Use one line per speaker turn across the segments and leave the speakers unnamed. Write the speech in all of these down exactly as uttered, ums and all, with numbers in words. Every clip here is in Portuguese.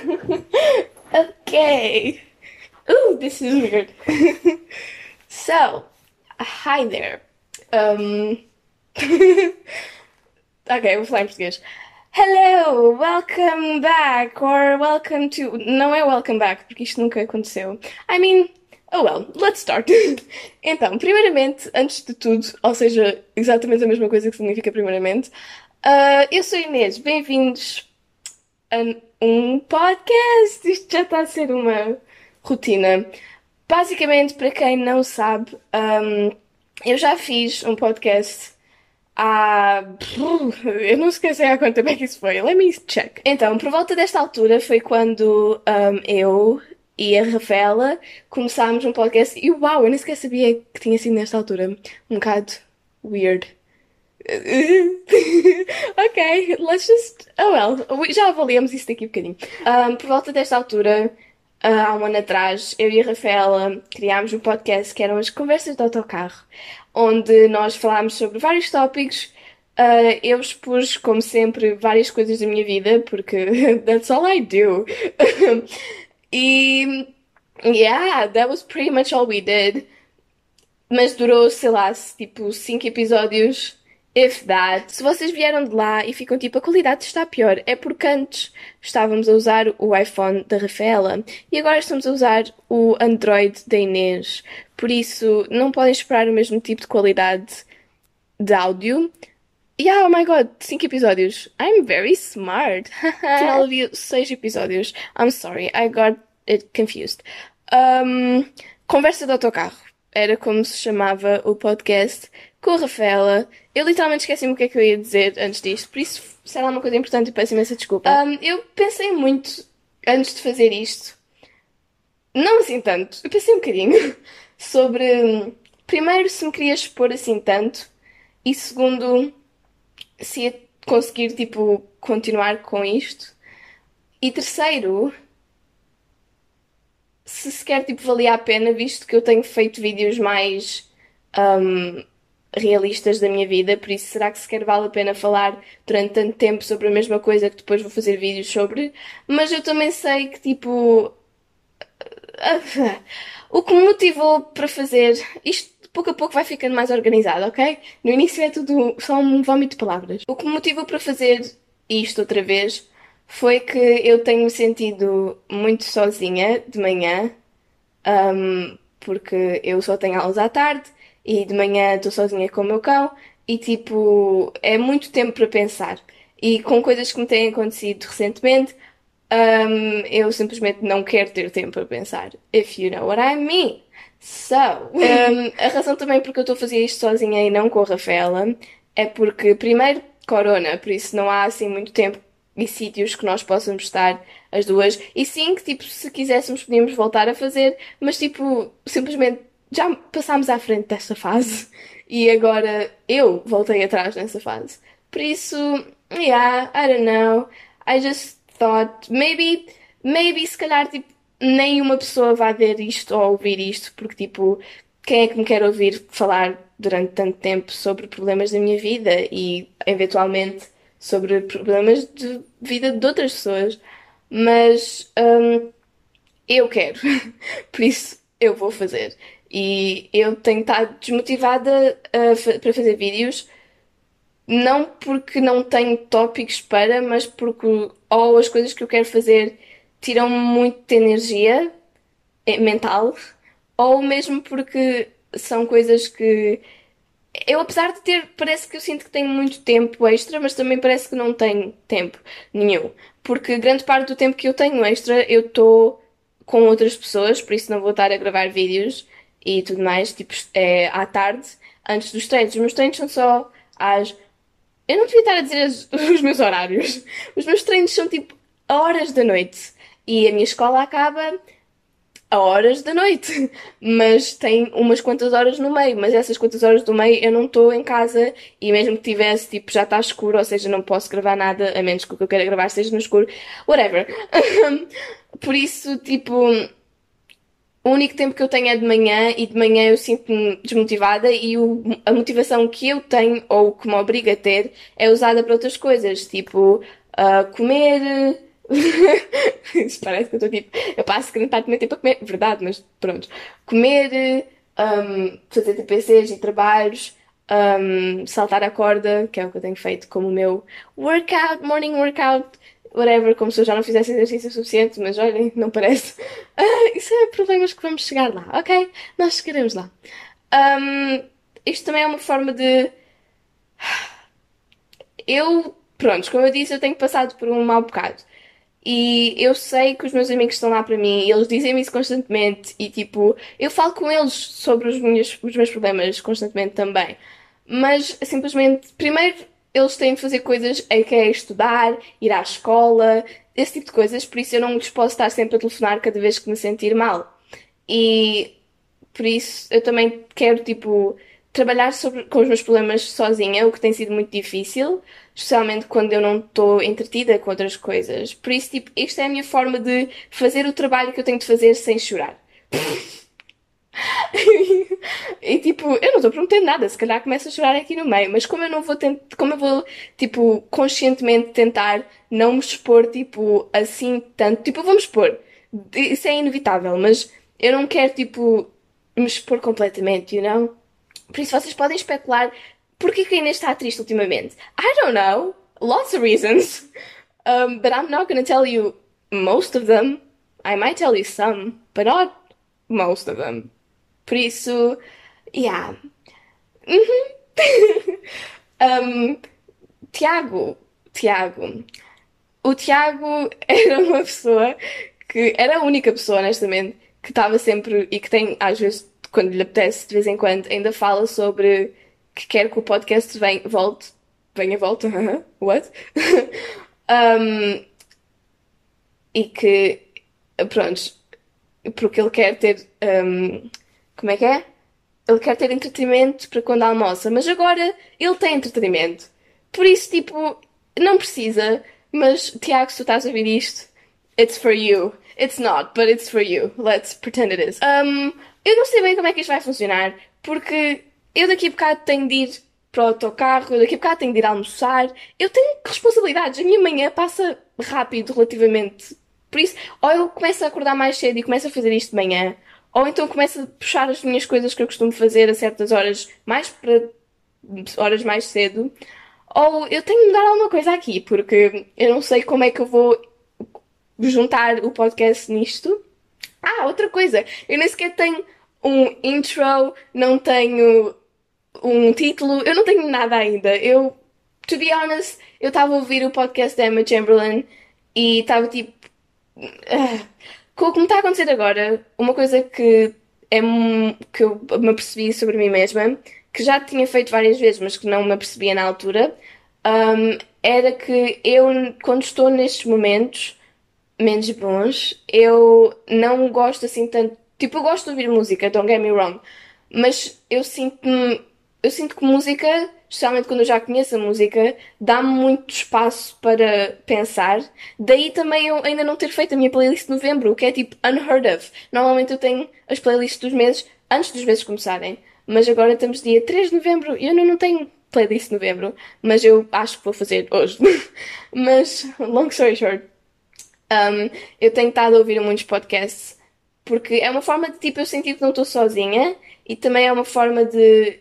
Okay. Ooh, this is weird. So, hi there. Um. Ok, vou falar em português. Hello, welcome back, or welcome to. Não é welcome back, porque isto nunca aconteceu. I mean, oh well, let's start. Então, primeiramente, antes de tudo, ou seja, exatamente a mesma coisa que significa primeiramente, ah, eu sou Inês, bem-vindos a um podcast. Isto já está a ser uma rotina. Basicamente, para quem não sabe, ahm, eu já fiz um podcast há. Eu não sei há quanto tempo é que isso foi. Let me check. Então, por volta desta altura foi quando ahm, eu e a Rafaela começámos um podcast. E uau, eu nem sequer sabia que tinha sido nesta altura. Um bocado weird. Ok, let's just. Oh well, já avaliamos isso daqui a bocadinho. Ahm, por volta desta altura, ah, há um ano atrás, eu e a Rafaela criámos um podcast que eram as Conversas de Autocarro, onde nós falámos sobre vários tópicos. Ah, eu expus, como sempre, várias coisas da minha vida, porque that's all I do. E yeah, that was pretty much all we did. Mas durou, sei lá, tipo cinco episódios, if that. Se vocês vieram de lá e ficam tipo, a qualidade está pior, é porque antes estávamos a usar o iPhone da Rafaela e agora estamos a usar o Android da Inês. Por isso, não podem esperar o mesmo tipo de qualidade de áudio. Yeah, oh my god, cinco episódios. I'm very smart. Afinal, havia seis episódios. I'm sorry, I got it confused. Um, Conversa de autocarro. Era como se chamava o podcast com a Rafaela. Eu literalmente esqueci-me o que é que eu ia dizer antes disto, por isso, se era uma coisa importante, eu peço imensa desculpa. Um, eu pensei muito antes de fazer isto. Não assim tanto, eu pensei um bocadinho sobre, primeiro, se me queria expor assim tanto, e segundo, se ia conseguir, tipo, continuar com isto. E terceiro, se sequer, tipo, valia a pena, visto que eu tenho feito vídeos mais ahm, realistas da minha vida, por isso será que sequer vale a pena falar durante tanto tempo sobre a mesma coisa que depois vou fazer vídeos sobre? Mas eu também sei que, tipo, o que me motivou para fazer isto pouco a pouco vai ficando mais organizado, ok? No início é tudo só um vómito de palavras. O que me motivou para fazer isto outra vez foi que eu tenho-me sentido muito sozinha de manhã, um, porque eu só tenho aulas à tarde e de manhã estou sozinha com o meu cão e tipo, é muito tempo para pensar. E com coisas que me têm acontecido recentemente, um, eu simplesmente não quero ter tempo para pensar. If you know what I mean. So, um, a razão também porque eu estou a fazer isto sozinha e não com a Rafaela é porque, primeiro, corona, por isso não há assim muito tempo e sítios que nós possamos estar as duas. E sim, que tipo, se quiséssemos podíamos voltar a fazer, mas tipo, simplesmente já passámos à frente desta fase e agora eu voltei atrás nessa fase. Por isso, yeah, I don't know. I just thought maybe, maybe se calhar tipo, nenhuma pessoa vai ver isto ou ouvir isto, porque tipo, quem é que me quer ouvir falar durante tanto tempo sobre problemas da minha vida e eventualmente sobre problemas de vida de outras pessoas? Mas hum, eu quero, por isso eu vou fazer. E eu tenho estado desmotivada a fa- para fazer vídeos, não porque não tenho tópicos para, mas porque ou as coisas que eu quero fazer tiram muita energia eh, mental, ou mesmo porque são coisas que eu, apesar de ter, parece que eu sinto que tenho muito tempo extra, mas também parece que não tenho tempo nenhum. Porque grande parte do tempo que eu tenho extra, eu estou com outras pessoas, por isso não vou estar a gravar vídeos e tudo mais, tipo, é, à tarde, antes dos treinos. Os meus treinos são só às. Eu não devia estar a dizer as- os meus horários. Os meus treinos são tipo a horas da noite. E a minha escola acaba a horas da noite, mas tem umas quantas horas no meio, mas essas quantas horas do meio eu não estou em casa e mesmo que tivesse, tipo, já está escuro, ou seja, não posso gravar nada, a menos que o que eu queira gravar seja no escuro, whatever. Por isso, tipo, o único tempo que eu tenho é de manhã e de manhã eu sinto-me desmotivada e o- a motivação que eu tenho ou que me obriga a ter é usada para outras coisas, tipo, ah, comer, Isso parece que eu estou tipo. Eu passo grande parte do meu tempo a comer. Verdade, mas pronto. Comer, hum, fazer T P Cs e trabalhos, hum, saltar a corda, que é o que eu tenho feito como o meu workout, morning workout, whatever, como se eu já não fizesse exercício suficiente, mas olhem, não parece. Ah, isso é problemas que vamos chegar lá, ok? Nós chegaremos lá. Hum, isto também é uma forma de. Eu, pronto, como eu disse, eu tenho passado por um mau bocado. E eu sei que os meus amigos estão lá para mim e eles dizem-me isso constantemente. E tipo, eu falo com eles sobre os meus, os meus problemas constantemente também. Mas simplesmente, primeiro, eles têm de fazer coisas em que é estudar, ir à escola, esse tipo de coisas. Por isso eu não lhes posso estar sempre a telefonar cada vez que me sentir mal. E por isso, eu também quero, tipo, trabalhar sobre, com os meus problemas sozinha, o que tem sido muito difícil, especialmente quando eu não estou entretida com outras coisas. Por isso, tipo, esta é a minha forma de fazer o trabalho que eu tenho de fazer sem chorar. E tipo, eu não estou prometendo nada, se calhar começo a chorar aqui no meio, mas como eu não vou tent... como eu vou, tipo, conscientemente tentar não me expor, tipo, assim tanto, tipo, eu vou me expor, isso é inevitável, mas eu não quero, tipo, me expor completamente, you know? Por isso vocês podem especular porque que a Inês está triste ultimamente. I don't know, lots of reasons, um, but I'm not gonna tell you most of them. I might tell you some, but not most of them. Por isso, yeah. Um, Tiago, Tiago. O Tiago era uma pessoa que era a única pessoa, honestamente, que estava sempre e que tem, às vezes, quando lhe apetece, de vez em quando, ainda fala sobre que quer que o podcast venha, volte. Venha, volte. What? Um, e que, pronto, porque ele quer ter. Um, como é que é? Ele quer ter entretenimento para quando almoça, mas agora ele tem entretenimento. Por isso, tipo, não precisa. Mas, Tiago, se tu estás a ouvir isto, it's for you. It's not, but it's for you. Let's pretend it is. Um, eu não sei bem como é que isto vai funcionar, porque eu daqui a bocado tenho de ir para o autocarro, eu daqui a bocado tenho de ir almoçar. Eu tenho responsabilidades. A minha manhã passa rápido, relativamente. Por isso, ou eu começo a acordar mais cedo e começo a fazer isto de manhã, ou então começo a puxar as minhas coisas que eu costumo fazer a certas horas, mais para horas mais cedo, ou eu tenho de mudar alguma coisa aqui, porque eu não sei como é que eu vou juntar o podcast nisto. Ah, outra coisa, eu nem sequer tenho um intro, não tenho um título, eu não tenho nada ainda. Eu, to be honest, eu estava a ouvir o podcast da Emma Chamberlain e estava tipo. ah, Com o que me está a acontecer agora, uma coisa que, é, mu- que eu me apercebi sobre mim mesma, que já tinha feito várias vezes, mas que não me apercebia na altura, um, era que eu, quando estou nestes momentos menos bons, eu não gosto assim tanto. Tipo, eu gosto de ouvir música, don't get me wrong, mas eu sinto-me. Eu sinto que música, especialmente quando eu já conheço a música, dá-me muito espaço para pensar. Daí também eu ainda não ter feito a minha playlist de novembro, o que é tipo unheard of. Normalmente eu tenho as playlists dos meses antes dos meses começarem, mas agora estamos dia três de novembro e eu ainda não tenho playlist de novembro, mas eu acho que vou fazer hoje. Mas, long story short, um, eu tenho estado a ouvir muitos podcasts porque é uma forma de tipo eu sentir que não estou sozinha e também é uma forma de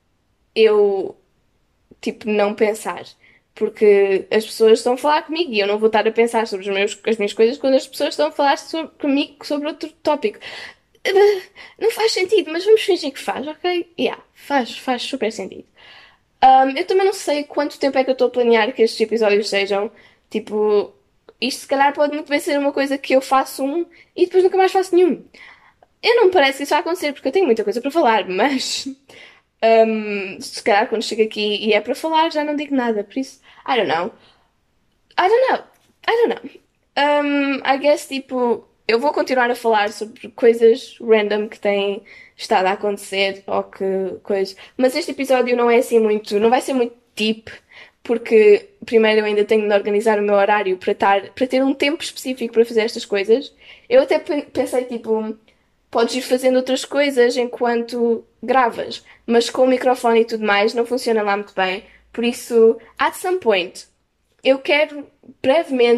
eu tipo não pensar. Porque as pessoas estão a falar comigo e eu não vou estar a pensar sobre os meus, as minhas coisas quando as pessoas estão a falar sobre, comigo sobre outro tópico. Uh, Não faz sentido, mas vamos fingir que faz, ok? Yeah, faz, faz super sentido. Um, eu também não sei quanto tempo é que eu estou a planear que estes episódios sejam. Tipo, isto se calhar pode muito bem ser uma coisa que eu faço um e depois nunca mais faço nenhum. Eu não me parece que isso vai acontecer porque eu tenho muita coisa para falar, mas um, se calhar quando chego aqui e é para falar já não digo nada, por isso, I don't know. I don't know. I don't know. Um, I guess, tipo, eu vou continuar a falar sobre coisas random que têm estado a acontecer ou que coisas. Mas este episódio não é assim muito, não vai ser muito deep, porque primeiro eu ainda tenho de organizar o meu horário para estar, para ter um tempo específico para fazer estas coisas. Eu até pe- pensei, tipo, podes ir fazendo outras coisas enquanto gravas, mas com o microfone e tudo mais não funciona lá muito bem. Por isso, at some point, eu quero brevemente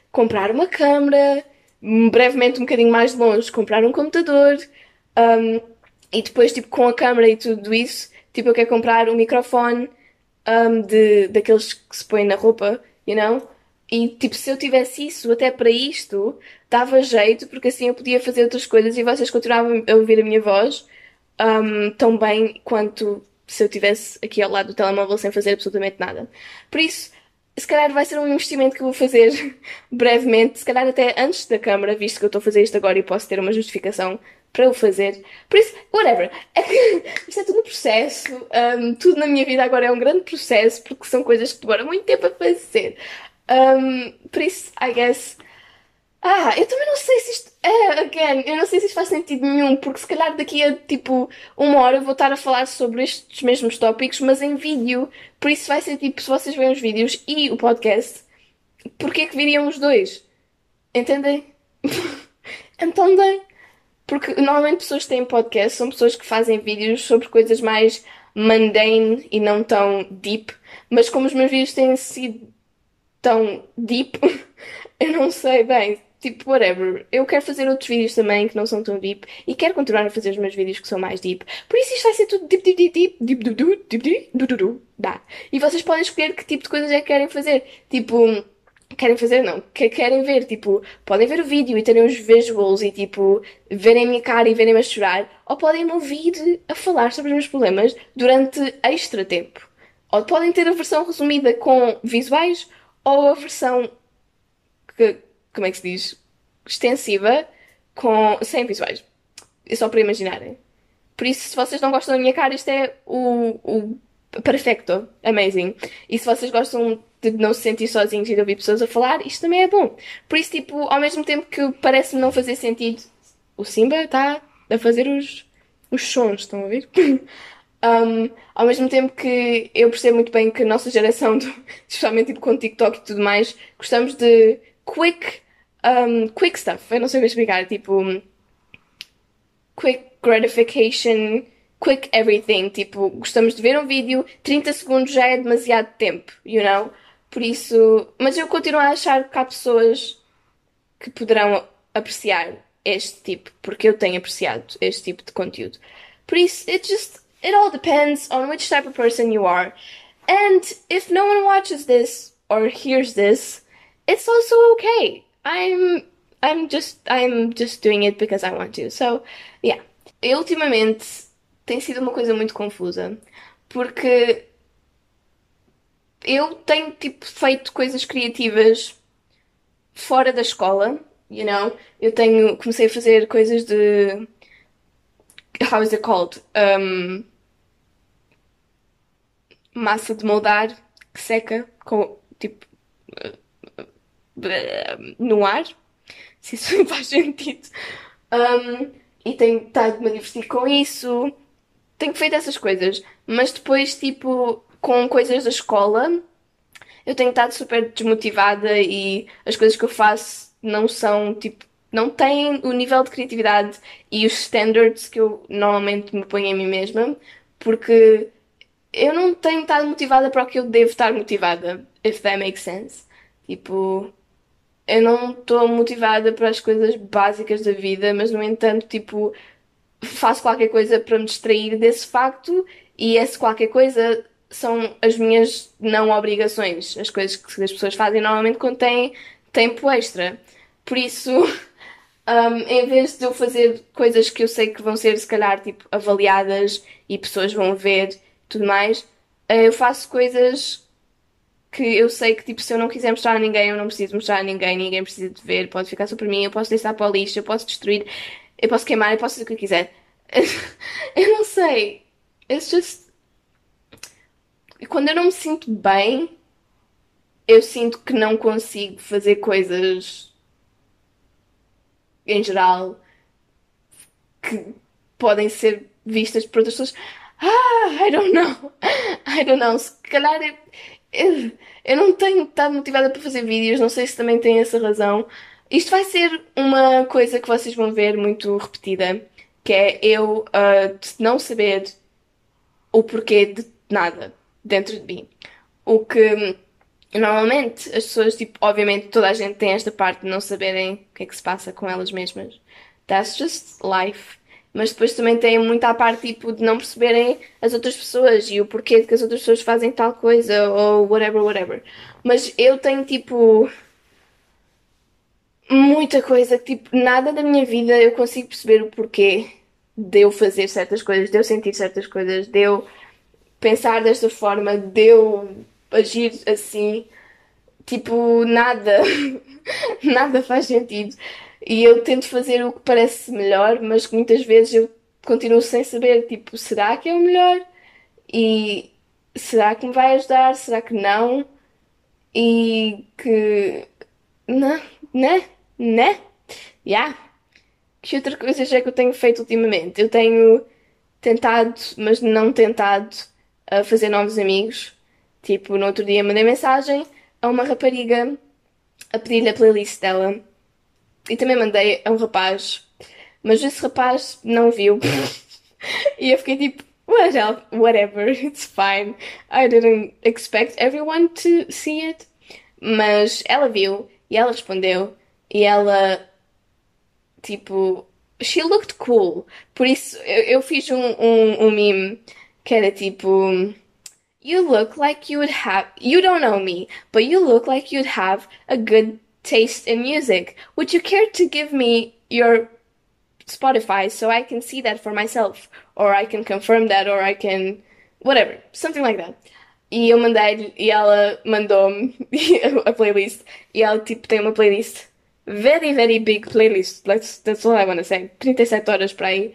comprar uma câmera, hum, brevemente um bocadinho mais longe, comprar um computador, hum, e depois, tipo, com a câmera e tudo isso, tipo, eu quero comprar um microfone, hum, de, daqueles que se põem na roupa, you know? E, tipo, se eu tivesse isso até para isto, dava jeito, porque assim eu podia fazer outras coisas e vocês continuavam a ouvir a minha voz, hum, tão bem quanto se eu tivesse aqui ao lado do telemóvel sem fazer absolutamente nada. Por isso, se calhar vai ser um investimento que eu vou fazer brevemente, se calhar até antes da câmara, visto que eu estou a fazer isto agora e posso ter uma justificação para o fazer. Por isso, whatever. É que isto é tudo um processo. Um, tudo na minha vida agora é um grande processo, porque são coisas que demoram muito tempo a fazer. Um, por isso, I guess. Ah, eu também não sei se isto. É, again, eu não sei se isto faz sentido nenhum, porque se calhar daqui a tipo uma hora eu vou estar a falar sobre estes mesmos tópicos, mas em vídeo. Por isso vai ser tipo, se vocês veem os vídeos e o podcast, porquê que viriam os dois? Entendem? Entendem? Porque normalmente pessoas que têm podcast são pessoas que fazem vídeos sobre coisas mais mundane e não tão deep, mas como os meus vídeos têm sido tão deep, eu não sei bem. Tipo, whatever. Eu quero fazer outros vídeos também que não são tão deep e quero continuar a fazer os meus vídeos que são mais deep. Por isso isto vai ser tudo deep, deep, deep, deep, deep, deep, deep, deep, deep, deep, deep, deep, dá. E vocês podem escolher que tipo de coisas é que querem fazer. Tipo, querem fazer não, que querem ver, tipo, podem ver o vídeo e terem os visuals e tipo, verem a minha cara e verem-me a chorar, ou podem me ouvir a falar sobre os meus problemas durante extra tempo. Ou podem ter a versão resumida com visuais ou a versão que, como é que se diz? Extensiva com, sem visuais. É só para imaginarem. Por isso, se vocês não gostam da minha cara, isto é o, o perfecto, amazing. E se vocês gostam de não se sentir sozinhos e de ouvir pessoas a falar, isto também é bom. Por isso, tipo, ao mesmo tempo que parece não fazer sentido, o Simba está a fazer os, os sons, estão a ouvir? Um, ao mesmo tempo que eu percebo muito bem que a nossa geração, do- especialmente tipo, com TikTok e tudo mais, gostamos de quick, um, quick stuff. Eu não sei bem explicar, tipo, quick gratification, quick everything. Tipo, gostamos de ver um vídeo, trinta segundos já é demasiado tempo, you know? Por isso, mas eu continuo a achar que há pessoas que poderão apreciar este tipo, porque eu tenho apreciado este tipo de conteúdo. Por isso, it just it all depends on which type of person you are. And if no one watches this or hears this, it's also okay. I'm I'm just I'm just doing it because I want to. So, yeah. E ultimamente tem sido uma coisa muito confusa, porque eu tenho tipo feito coisas criativas fora da escola, you know? Eu tenho, comecei a fazer coisas de, how is it called? Um, massa de moldar que seca com, tipo, no ar, se isso faz sentido. Um, e tenho estado-me a divertir com isso. Tenho feito essas coisas, mas depois, tipo, com coisas da escola, eu tenho estado super desmotivada e as coisas que eu faço não são, tipo, não têm o nível de criatividade e os standards que eu normalmente me ponho em mim mesma, porque eu não tenho estado motivada para o que eu devo estar motivada, if that makes sense. Tipo, eu não estou motivada para as coisas básicas da vida, mas no entanto, tipo, faço qualquer coisa para me distrair desse facto e esse qualquer coisa são as minhas não obrigações, as coisas que as pessoas fazem normalmente quando têm tempo extra. Por isso, um, em vez de eu fazer coisas que eu sei que vão ser se calhar tipo avaliadas e pessoas vão ver e tudo mais, eh, eu faço coisas que eu sei que tipo se eu não quiser mostrar a ninguém, eu não preciso mostrar a ninguém, ninguém precisa de ver, pode ficar só para mim, eu posso deixar para o lixo, eu posso destruir, eu posso queimar, eu posso fazer o que eu quiser. Eu não sei. It's just. Quando eu não me sinto bem, eu sinto que não consigo fazer coisas em geral que podem ser vistas por outras pessoas. Ah, I don't know. I don't know. Se calhar eu, eu, eu não tenho estado motivada para fazer vídeos, não sei se também tem essa razão. Isto vai ser uma coisa que vocês vão ver muito repetida, que é eu ah, não saber o porquê de nada dentro de mim. O que E normalmente as pessoas, tipo, obviamente toda a gente tem esta parte de não saberem o que é que se passa com elas mesmas. That's just life. Mas depois também tem muita a parte, tipo, de não perceberem as outras pessoas e o porquê de que as outras pessoas fazem tal coisa ou whatever, whatever. Mas eu tenho, tipo, muita coisa que, tipo, nada da minha vida eu consigo perceber o porquê de eu fazer certas coisas, de eu sentir certas coisas, de eu pensar desta forma, de eu agir assim. Tipo, nada, nada faz sentido. E eu tento fazer o que parece melhor, mas que muitas vezes eu continuo sem saber, tipo, será que é o melhor? E será que me vai ajudar? Será que não? E que, não, né? Né? Yeah. Que outras coisas é que eu tenho feito ultimamente? Eu tenho tentado, mas não tentado, a fazer novos amigos. Tipo, no outro dia mandei mensagem a uma rapariga a pedir-lhe a playlist dela. E também mandei a um rapaz, mas esse rapaz não viu. E eu fiquei tipo, well, whatever, it's fine. I didn't expect everyone to see it. Mas ela viu e ela respondeu e ela, tipo, she looked cool. Por isso eu, eu fiz um, um, um meme que era tipo. You look like you would have, you don't know me, but you look like you'd have a good taste in music. Would you care to give me your Spotify so I can see that for myself? Or I can confirm that, or I can, whatever, something like that. E eu mandei-lhe, e ela mandou-me a playlist, e ela, tipo, tem uma playlist, very, very big playlist, that's, that's all I wanna say, trinta e sete horas para aí.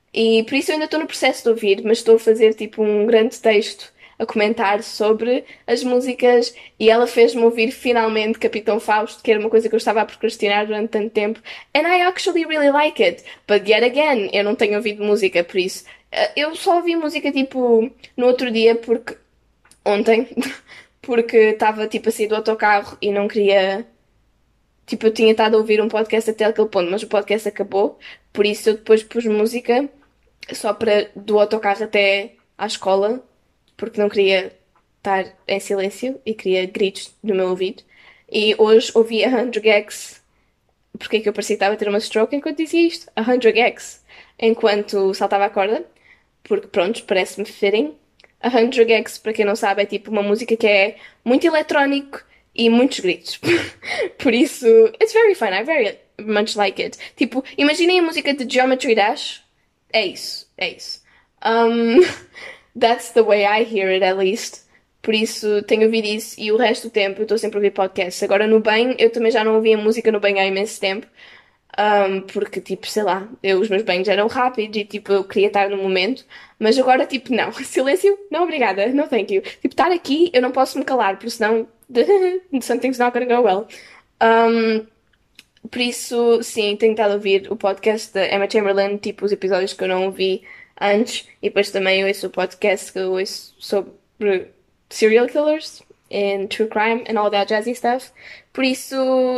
E por isso eu ainda estou no processo de ouvir, mas estou a fazer tipo um grande texto a comentar sobre as músicas e ela fez-me ouvir finalmente Capitão Fausto, que era uma coisa que eu estava a procrastinar durante tanto tempo. And I actually really like it. But yet again, eu não tenho ouvido música, por isso. eh, Eu só ouvi música tipo no outro dia porque ontem, porque estava tipo a sair do autocarro e não queria. Tipo, eu tinha estado a ouvir um podcast até aquele ponto, mas o podcast acabou, por isso eu depois pus música só para do autocarro até à escola, porque não queria estar em silêncio e queria gritos no meu ouvido. E hoje ouvi a hundred Gex, porque é que eu parecia que estava a ter uma stroke enquanto dizia isto? A hundred Gex, enquanto saltava a corda, porque pronto, parece-me fitting. A hundred Gex, para quem não sabe, é tipo uma música que é muito eletrónico e muitos gritos. Por isso, it's very fun, I very much like it. Tipo, imaginem a música de Geometry Dash. É isso, é isso. Um, that's the way I hear it, at least. Por isso tenho ouvido isso e o resto do tempo eu estou sempre a ouvir podcasts. Agora no banho, eu também já não ouvia música no banho há imenso tempo. Um, porque, tipo, sei lá, eu, os meus banhos eram rápidos e, tipo, eu queria estar no momento. Mas agora, tipo, não. Silêncio? Não, obrigada. No, thank you. Tipo, estar aqui, eu não posso me calar, porque senão something's not gonna go well. Um, por isso, sim, tenho estado a ouvir o podcast da Emma Chamberlain, tipo os episódios que eu não ouvi antes, e depois também ouço o podcast que eu ouço sobre serial killers and true crime and all that jazzy stuff. Por isso,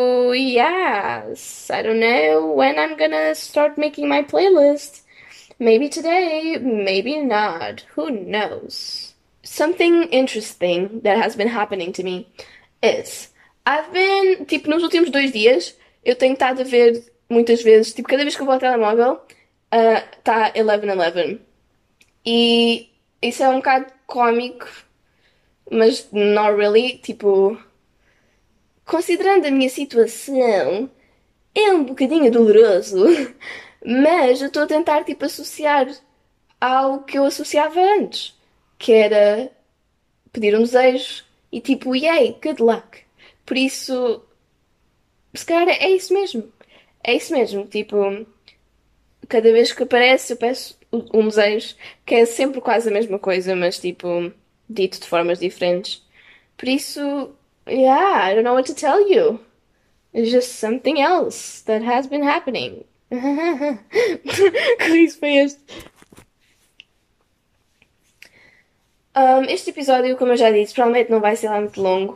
yes, I don't know when I'm gonna start making my playlist. Maybe today, maybe not. Who knows? Something interesting that has been happening to me is I've been, tipo, nos últimos dois dias, eu tenho estado a ver muitas vezes, tipo, cada vez que eu vou ao telemóvel, está eleven eleven. E isso é um bocado cómico, mas not really, tipo, considerando a minha situação, é um bocadinho doloroso, mas eu estou a tentar, tipo, associar ao que eu associava antes, que era pedir um desejo e tipo, yay, good luck. Por isso, se calhar é isso mesmo. É isso mesmo. Tipo, cada vez que aparece eu peço um desejo, que é sempre quase a mesma coisa, mas tipo, dito de formas diferentes. Por isso, yeah, I don't know what to tell you. It's just something else that has been happening. Que riso foi este? Um, este episódio, como eu já disse, provavelmente não vai ser lá muito longo.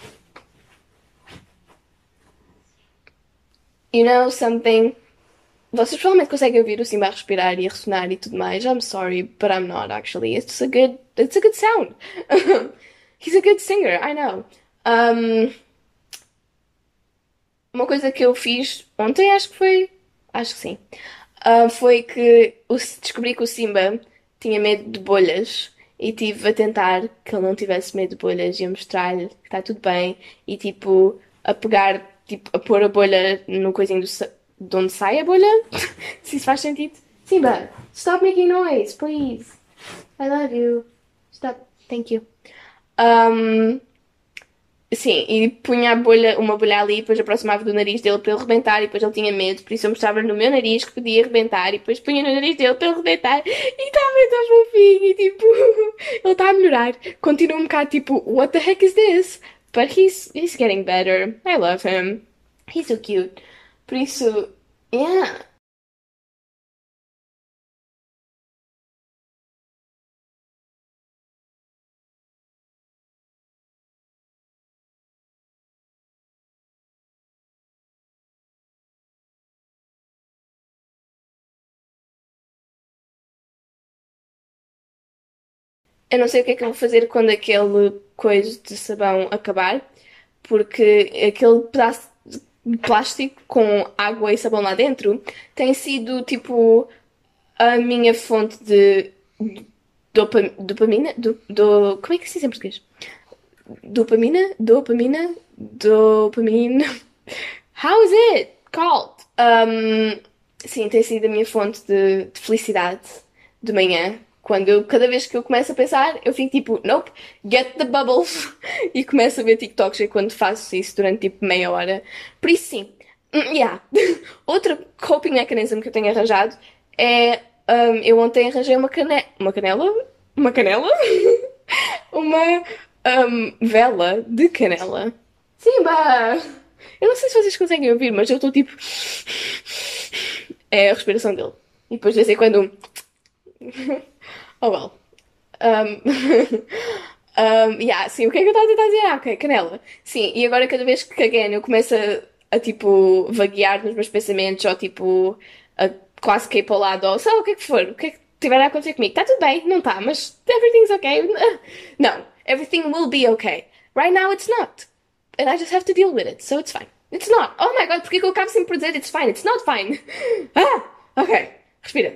You know something? Vocês provavelmente conseguem ouvir o Simba a respirar e a ressonar e tudo mais. I'm sorry, but I'm not actually. It's a good, it's a good sound. He's a good singer, I know. Um, uma coisa que eu fiz ontem, acho que foi, acho que sim, ah, foi que o- descobri que o Simba tinha medo de bolhas e estive a tentar que ele não tivesse medo de bolhas e a mostrar-lhe que está tudo bem e tipo a pegar, tipo a pôr a bolha no coisinho do, sa- de onde sai a bolha. Se isso faz sentido. Simba, stop making noise, please. I love you. Stop. Thank you. Um, Sim, e punha a bolha, uma bolha ali, e depois aproximava do nariz dele para ele rebentar, e depois ele tinha medo, por isso eu mostrava-lhe no meu nariz que podia rebentar, e depois punha no nariz dele para ele rebentar, e estava tão fofinho, e tipo, ele está a melhorar. Continua um bocado tipo, what the heck is this? But he's, he's getting better. I love him. He's so cute. Por isso, yeah. Eu não sei o que é que eu vou fazer quando aquele coisa de sabão acabar, porque aquele pedaço de plástico com água e sabão lá dentro tem sido tipo a minha fonte de dopa- dopamina, do, do, como é que se diz em português? Dopamina, dopamina, dopamina. How is it called? Um, sim, tem sido a minha fonte de, de felicidade de manhã. Quando eu, cada vez que eu começo a pensar, eu fico tipo, nope, get the bubbles. E começo a ver TikToks enquanto faço isso durante tipo meia hora. Por isso sim, hum, yeah. Outro coping mechanism que eu tenho arranjado é, um, eu ontem arranjei uma cane... uma canela? Uma canela? Uma, um, vela de canela. Simba! Eu não sei se vocês conseguem ouvir, mas eu estou tipo. É a respiração dele. E depois de vez em quando. um Oh well. Um, um, yeah, sim, o que é que eu estava a tentar dizer? Ah, ok, canela. Sim, e agora cada vez que again eu começo a, a tipo vaguear nos meus pensamentos ou tipo a quase cair para o lado ou sei lá o que é que for, o que é que tiver a acontecer comigo, está tudo bem, não está, mas everything's okay. Não, everything will be okay. Right now it's not. And I just have to deal with it, so it's fine. It's not. Oh my god, porque que eu acabo sempre por dizer it's fine? It's not fine. Ah, ok. Respira.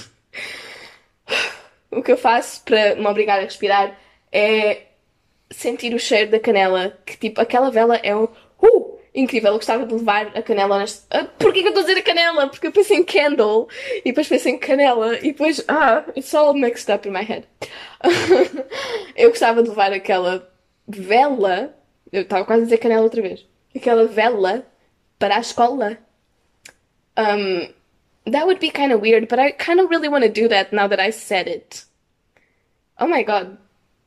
O que eu faço para me obrigar a respirar é sentir o cheiro da canela, que tipo, aquela vela é um uh, incrível. Eu gostava de levar a canela neste. Ah, porquê que eu estou a dizer a canela? Porque eu pensei em candle e depois pensei em canela e depois, ah, it's all mixed up in my head. Eu gostava de levar aquela vela, eu estava quase a dizer canela outra vez, aquela vela para a escola. Um, that would be kind of weird, but I kind of really want to do that now that I said it. Oh my god.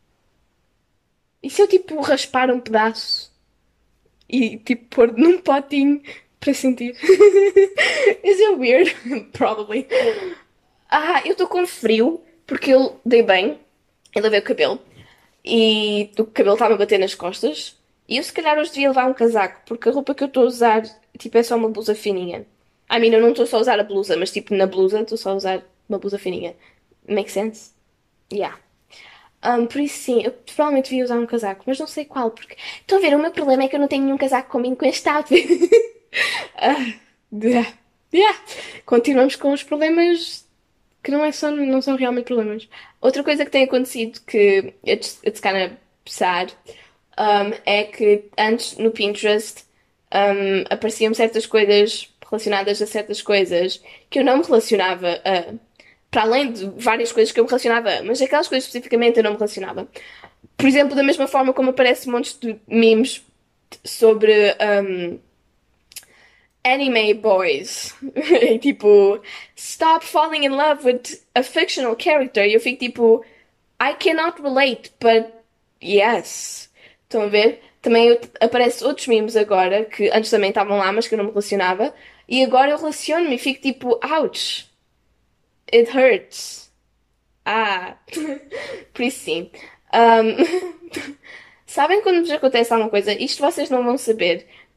E se eu tipo raspar um pedaço e tipo pôr num potinho para sentir? Is it weird? Probably. Ah, eu estou com frio porque eu dei bem, eu lavei o cabelo e o cabelo estava a bater nas costas. E eu se calhar hoje devia levar um casaco porque a roupa que eu estou a usar tipo é só uma blusa fininha. I mean, eu não estou só a usar a blusa, mas tipo na blusa estou só a usar uma blusa fininha. Make sense? Yeah. Um, por isso sim, eu provavelmente devia usar um casaco, mas não sei qual, porque. Estão a ver, o meu problema é que eu não tenho nenhum casaco combino com este outfit. Ah, yeah. Yeah. Continuamos com os problemas que não, é só, não são realmente problemas. Outra coisa que tem acontecido que it's, it's kind of sad, um, é que antes no Pinterest um, apareciam certas coisas relacionadas a certas coisas que eu não me relacionava a. Para além de várias coisas que eu me relacionava a, mas aquelas coisas especificamente eu não me relacionava. Por exemplo, da mesma forma como aparece montes de memes sobre um, anime boys. E tipo, stop falling in love with a fictional character. E eu fico tipo, I cannot relate, but yes. Estão a ver? Também eu- aparece outros memes agora que antes também estavam lá, mas que eu não me relacionava. E agora eu relaciono-me e fico tipo, ouch, it hurts. Ah, por isso sim. Um, sabem quando vos acontece alguma coisa? Isto vocês não vão saber,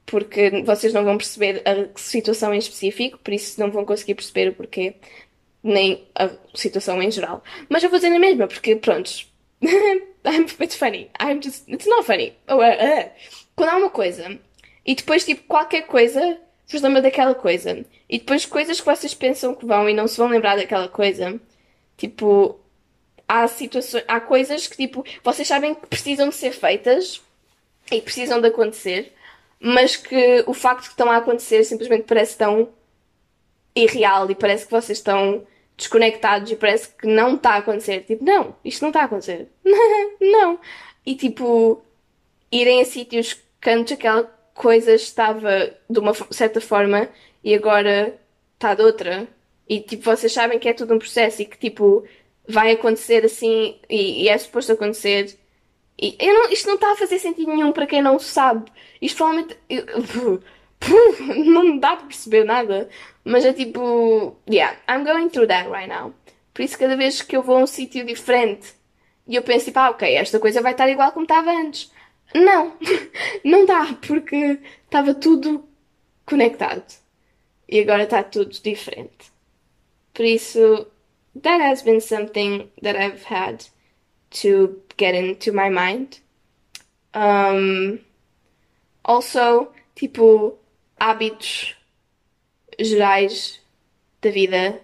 porque vocês não vão perceber a situação em específico, por isso não vão conseguir perceber o porquê, nem a situação em geral. Mas eu vou dizer na mesma, porque, prontos, I'm, it's funny. I'm just, it's not funny. Oh, uh, uh. Quando há uma coisa, e depois, tipo, qualquer coisa vos lembra daquela coisa, e depois coisas que vocês pensam que vão e não se vão lembrar daquela coisa, tipo, há situações, há coisas que, tipo, vocês sabem que precisam de ser feitas e precisam de acontecer, mas que o facto de que estão a acontecer simplesmente parece tão irreal e parece que vocês estão desconectados e parece que não está a acontecer. Tipo, não, isto não está a acontecer. Não. E tipo, irem a sítios que antes aquela coisa estava de uma fo- certa forma e agora está de outra. E tipo, vocês sabem que é tudo um processo e que tipo, vai acontecer assim e, e é suposto acontecer. E eu não- isto não está a fazer sentido nenhum para quem não sabe. Isto provavelmente. eu- não dá para perceber nada. Mas é tipo. Yeah, I'm going through that right now. Por isso, cada vez que eu vou a um sítio diferente e eu penso, tipo, ah, ok, esta coisa vai estar igual como estava antes. Não, não dá, porque estava tudo conectado. E agora está tudo diferente. Por isso, that has been something that I've had to get into my mind. Um, Also, tipo, hábitos gerais da vida,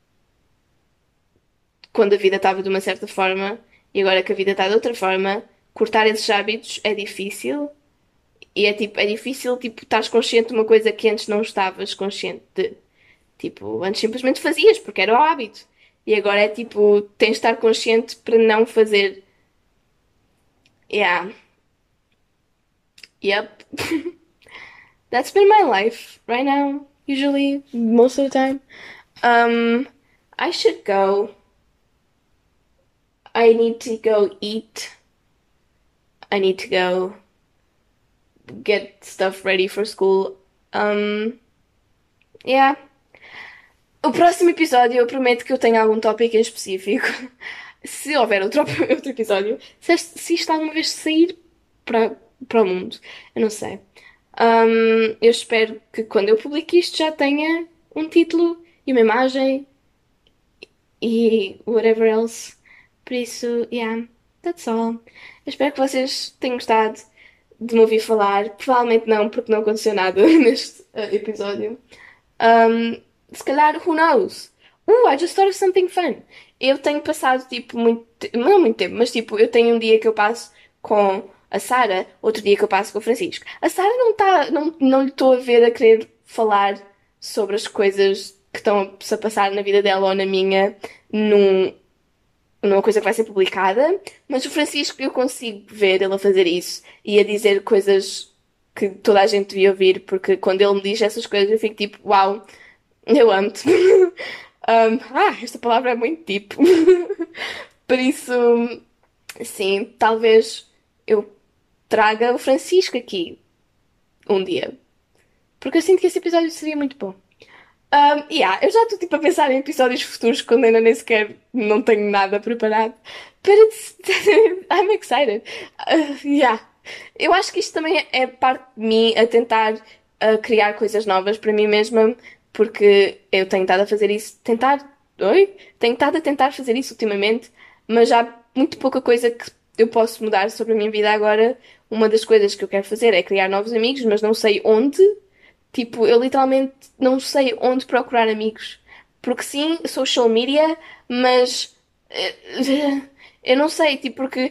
quando a vida estava de uma certa forma e agora que a vida está de outra forma, cortar esses hábitos é difícil. E é tipo, é difícil, tipo, estás consciente de uma coisa que antes não estavas consciente de. Tipo, antes simplesmente fazias porque era o hábito. E agora é tipo, tens de estar consciente para não fazer. Yeah. Yep. That's been my life right now, usually, most of the time. Um, I should go. I need to go eat. I need to go get stuff ready for school. Um, yeah. O próximo episódio eu prometo que eu tenho algum tópico em específico. Se houver outro, outro episódio, se, este- se isto alguma vez sair para, para o mundo, eu não sei. Um, eu espero que quando eu publique isto já tenha um título e uma imagem e whatever else. Por isso, yeah, that's all. Eu espero que vocês tenham gostado de me ouvir falar. Provavelmente não, porque não aconteceu nada neste eh, episódio. Um, Se calhar, who knows? Uh, I just thought of something fun. Eu tenho passado, tipo, muito... te- Não muito tempo, mas, tipo, eu tenho um dia que eu passo com a Sara, outro dia que eu passo com o Francisco. A Sara não está... Não, não lhe estou a ver a querer falar sobre as coisas que estão-se a passar na vida dela ou na minha num, numa coisa que vai ser publicada, mas o Francisco eu consigo ver ele a fazer isso e a dizer coisas que toda a gente devia ouvir, porque quando ele me diz essas coisas eu fico tipo, uau, eu amo-te. Um, ah, esta palavra é muito tipo. Por isso, sim, talvez eu traga o Francisco aqui um dia, porque eu sinto que esse episódio seria muito bom. Um, yeah, eu já estou tipo a pensar em episódios futuros quando ainda nem sequer não tenho nada preparado. But it's... I'm excited. Uh, yeah. Eu acho que isto também é parte de mim a tentar uh, criar coisas novas para mim mesma, porque eu tenho estado a fazer isso, tentar, oi? Tenho estado a tentar fazer isso ultimamente, mas há muito pouca coisa que eu posso mudar sobre a minha vida agora. Uma das coisas que eu quero fazer é criar novos amigos, mas não sei onde. Tipo, eu literalmente não sei onde procurar amigos. Porque sim, social media, mas eh, eu não sei, tipo, porque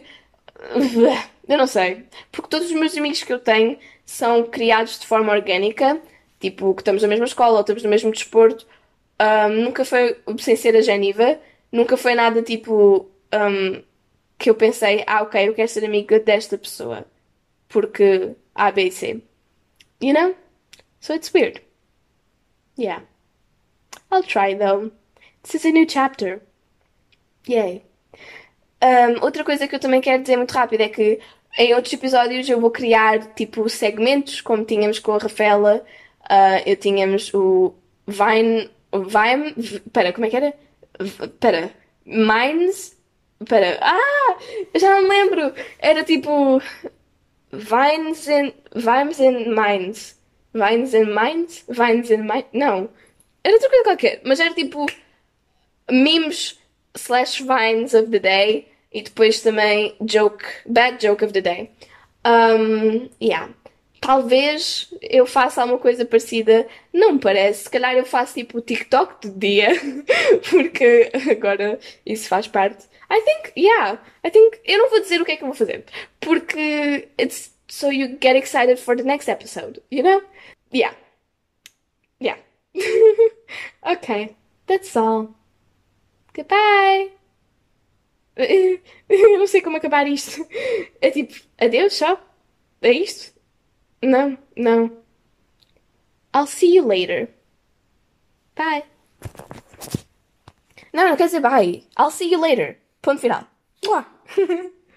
eu não sei. Porque todos os meus amigos que eu tenho são criados de forma orgânica, tipo, que estamos na mesma escola ou estamos no mesmo desporto. Ahm, nunca foi, sem ser a Geniva, nunca foi nada tipo ahm, que eu pensei, ah, ok, eu quero ser amiga desta pessoa. Porque A, B e C. You know? So it's weird. Yeah. I'll try though. This is a new chapter. Yay. Um, outra coisa que eu também quero dizer muito rápido é que em outros episódios eu vou criar tipo segmentos, como tínhamos com a Rafaela. Ah, eu tínhamos o Vine. O Vine. Pera, como é que era? V- Pera. Mines. Pera. Ah! Eu já não me lembro. Era tipo. Vines in, Vines in Minds. Vines in Minds? Vines in Minds? Não. Era outra coisa qualquer, mas era tipo memes slash vines of the day e depois também joke, bad joke of the day. Um, yeah. Talvez eu faça alguma coisa parecida, não me parece. Se calhar eu faço tipo o TikTok do dia, porque agora isso faz parte. I think, yeah, I think, eu não vou dizer o que é que eu vou fazer, porque it's so you get excited for the next episode, you know? Yeah, yeah. Okay, that's all. Goodbye. Eu não sei como acabar isto. É tipo, adeus só? É isto? Não, não. I'll see you later. Bye. Não, não quer dizer bye. I'll see you later. Ponto final. Mua.